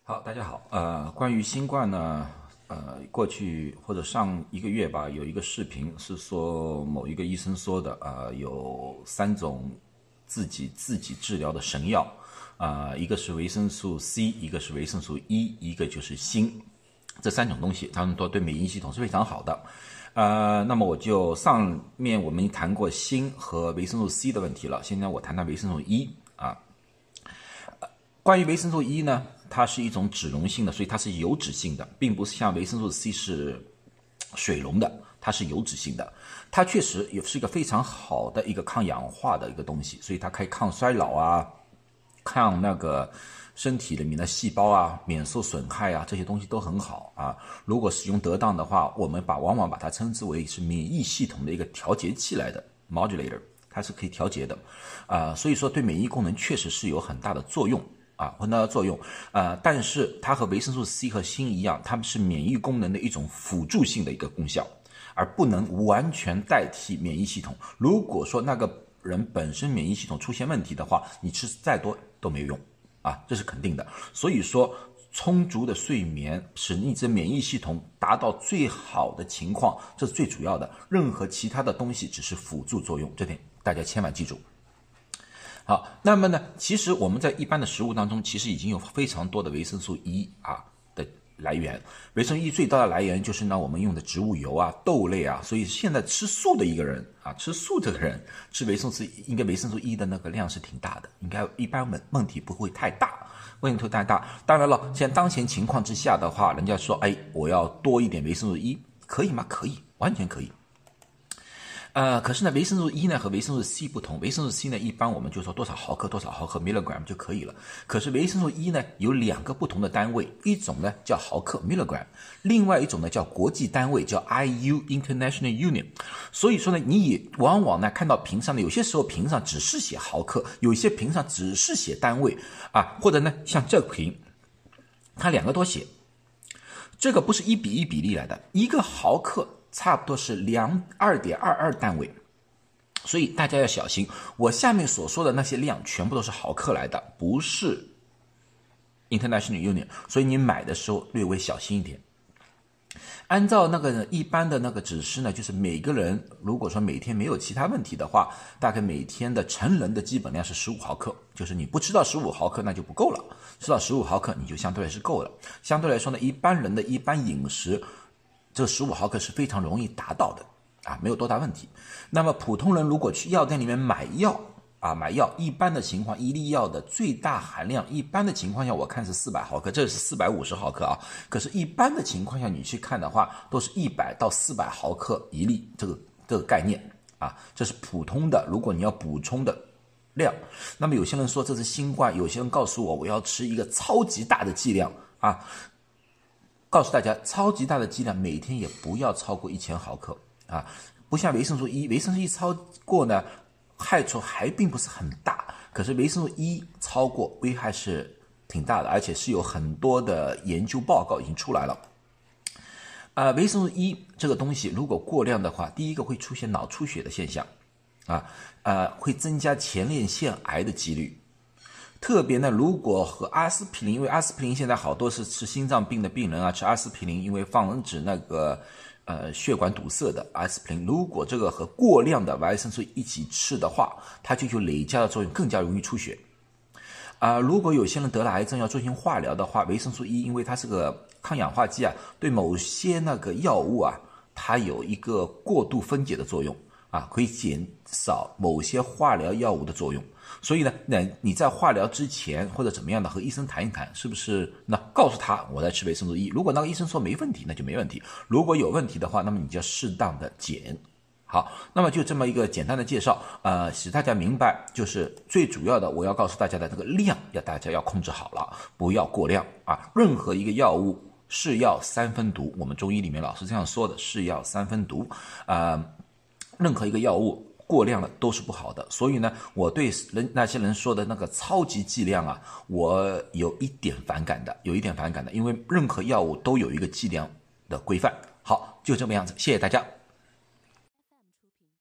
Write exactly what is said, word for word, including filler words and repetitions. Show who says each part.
Speaker 1: 好，大家好。呃，关于新冠呢，呃，过去或者上一个月吧，有一个视频是说某一个医生说的，呃，有三种自己自己治疗的神药，啊、呃，一个是维生素 C， 一个是维生素 E， 一个就是锌。这三种东西，它们都对免疫系统是非常好的。呃，那么我就上面我们谈过锌和维生素 C 的问题了，现在我谈谈维生素 E 啊。关于维生素 E 呢，它是一种脂溶性的，所以它是油脂性的，并不是像维生素 C 是水溶的，它是油脂性的。它确实也是一个非常好的一个抗氧化的一个东西，所以它可以抗衰老啊，抗那个身体里面的细胞啊，免受损害啊，这些东西都很好啊。如果使用得当的话，我们把往往把它称之为是免疫系统的一个调节器来的 modulator， 它是可以调节的啊，所以说对免疫功能确实是有很大的作用。啊，很大的作用，呃，但是它和维生素 C 和锌一样，它们是免疫功能的一种辅助性的一个功效，而不能完全代替免疫系统。如果说那个人本身免疫系统出现问题的话，你吃再多都没有用啊，这是肯定的。所以说，充足的睡眠使你这免疫系统达到最好的情况，这是最主要的。任何其他的东西只是辅助作用，这点大家千万记住。好，那么呢，其实我们在一般的食物当中，其实已经有非常多的维生素 E 啊的来源。维生素 E 最大的来源就是呢我们用的植物油啊、豆类啊，所以现在吃素的一个人啊，吃素这个人吃维生素应该维生素 E 的那个量是挺大的，应该一般问问题不会太大，问题不会太大。当然了，现在当前情况之下的话，人家说，哎，我要多一点维生素 E， 可以吗？可以，完全可以。呃，可是呢，维生素 E 呢和维生素 C 不同，维生素 C 呢一般我们就说多少毫克多少毫克 milligram 就可以了。可是维生素 E 呢有两个不同的单位，一种呢叫毫克 milligram， 另外一种呢叫国际单位叫 I U International Union。所以说呢，你也往往呢看到瓶上呢，有些时候瓶上只是写毫克，有些瓶上只是写单位啊，或者呢像这瓶，它两个都写，这个不是一比一比例来的，一个毫克差不多是两 二点二二单位，所以大家要小心。我下面所说的那些量全部都是毫克来的，不是 International Union， 所以你买的时候略微小心一点。按照那个一般的那个指示呢，就是每个人如果说每天没有其他问题的话，大概每天的成人的基本量是十五毫克，就是你不吃到十五毫克那就不够了，吃到十五毫克你就相对来是够了。相对来说呢，一般人的一般饮食这十五毫克是非常容易达到的啊，没有多大问题。那么普通人如果去药店里面买药啊，买药一般的情况，一粒药的最大含量，一般的情况下我看是四百毫克，这是四百五十毫克啊。可是，一般的情况下你去看的话，都是一百到四百毫克一粒，这个这个概念啊，这是普通的。如果你要补充的量，那么有些人说这是新冠，有些人告诉我我要吃一个超级大的剂量啊。告诉大家，超级大的剂量每天也不要超过一千毫克啊，不像维生素 E， 维生素 E 超过呢，害处还并不是很大，可是维生素 E 超过危害是挺大的，而且是有很多的研究报告已经出来了。啊、呃，维生素 E 这个东西如果过量的话，第一个会出现脑出血的现象，啊，呃，会增加前列腺癌的几率。特别呢，如果和阿司匹林，因为阿司匹林现在好多是吃心脏病的病人啊，吃阿司匹林，因为防止那个呃血管堵塞的阿司匹林，如果这个和过量的维生素一起吃的话，它就有累加的作用，更加容易出血。啊、呃，如果有些人得了癌症要进行化疗的话，维生素 E 因为它是个抗氧化剂啊，对某些那个药物啊，它有一个过度分解的作用啊，可以减少某些化疗药物的作用。所以呢，那你在化疗之前或者怎么样的和医生谈一谈，是不是那告诉他我在吃维生素 E， 如果那个医生说没问题，那就没问题；如果有问题的话，那么你就要适当的减。好，那么就这么一个简单的介绍，呃，使大家明白，就是最主要的，我要告诉大家的这个量，要大家要控制好了，不要过量啊。任何一个药物是药三分毒，我们中医里面老是这样说的，是药三分毒，呃，任何一个药物过量了都是不好的，所以呢，我对人那些人说的那个超级剂量啊，我有一点反感的，有一点反感的，因为任何药物都有一个剂量的规范。好，就这么样子，谢谢大家。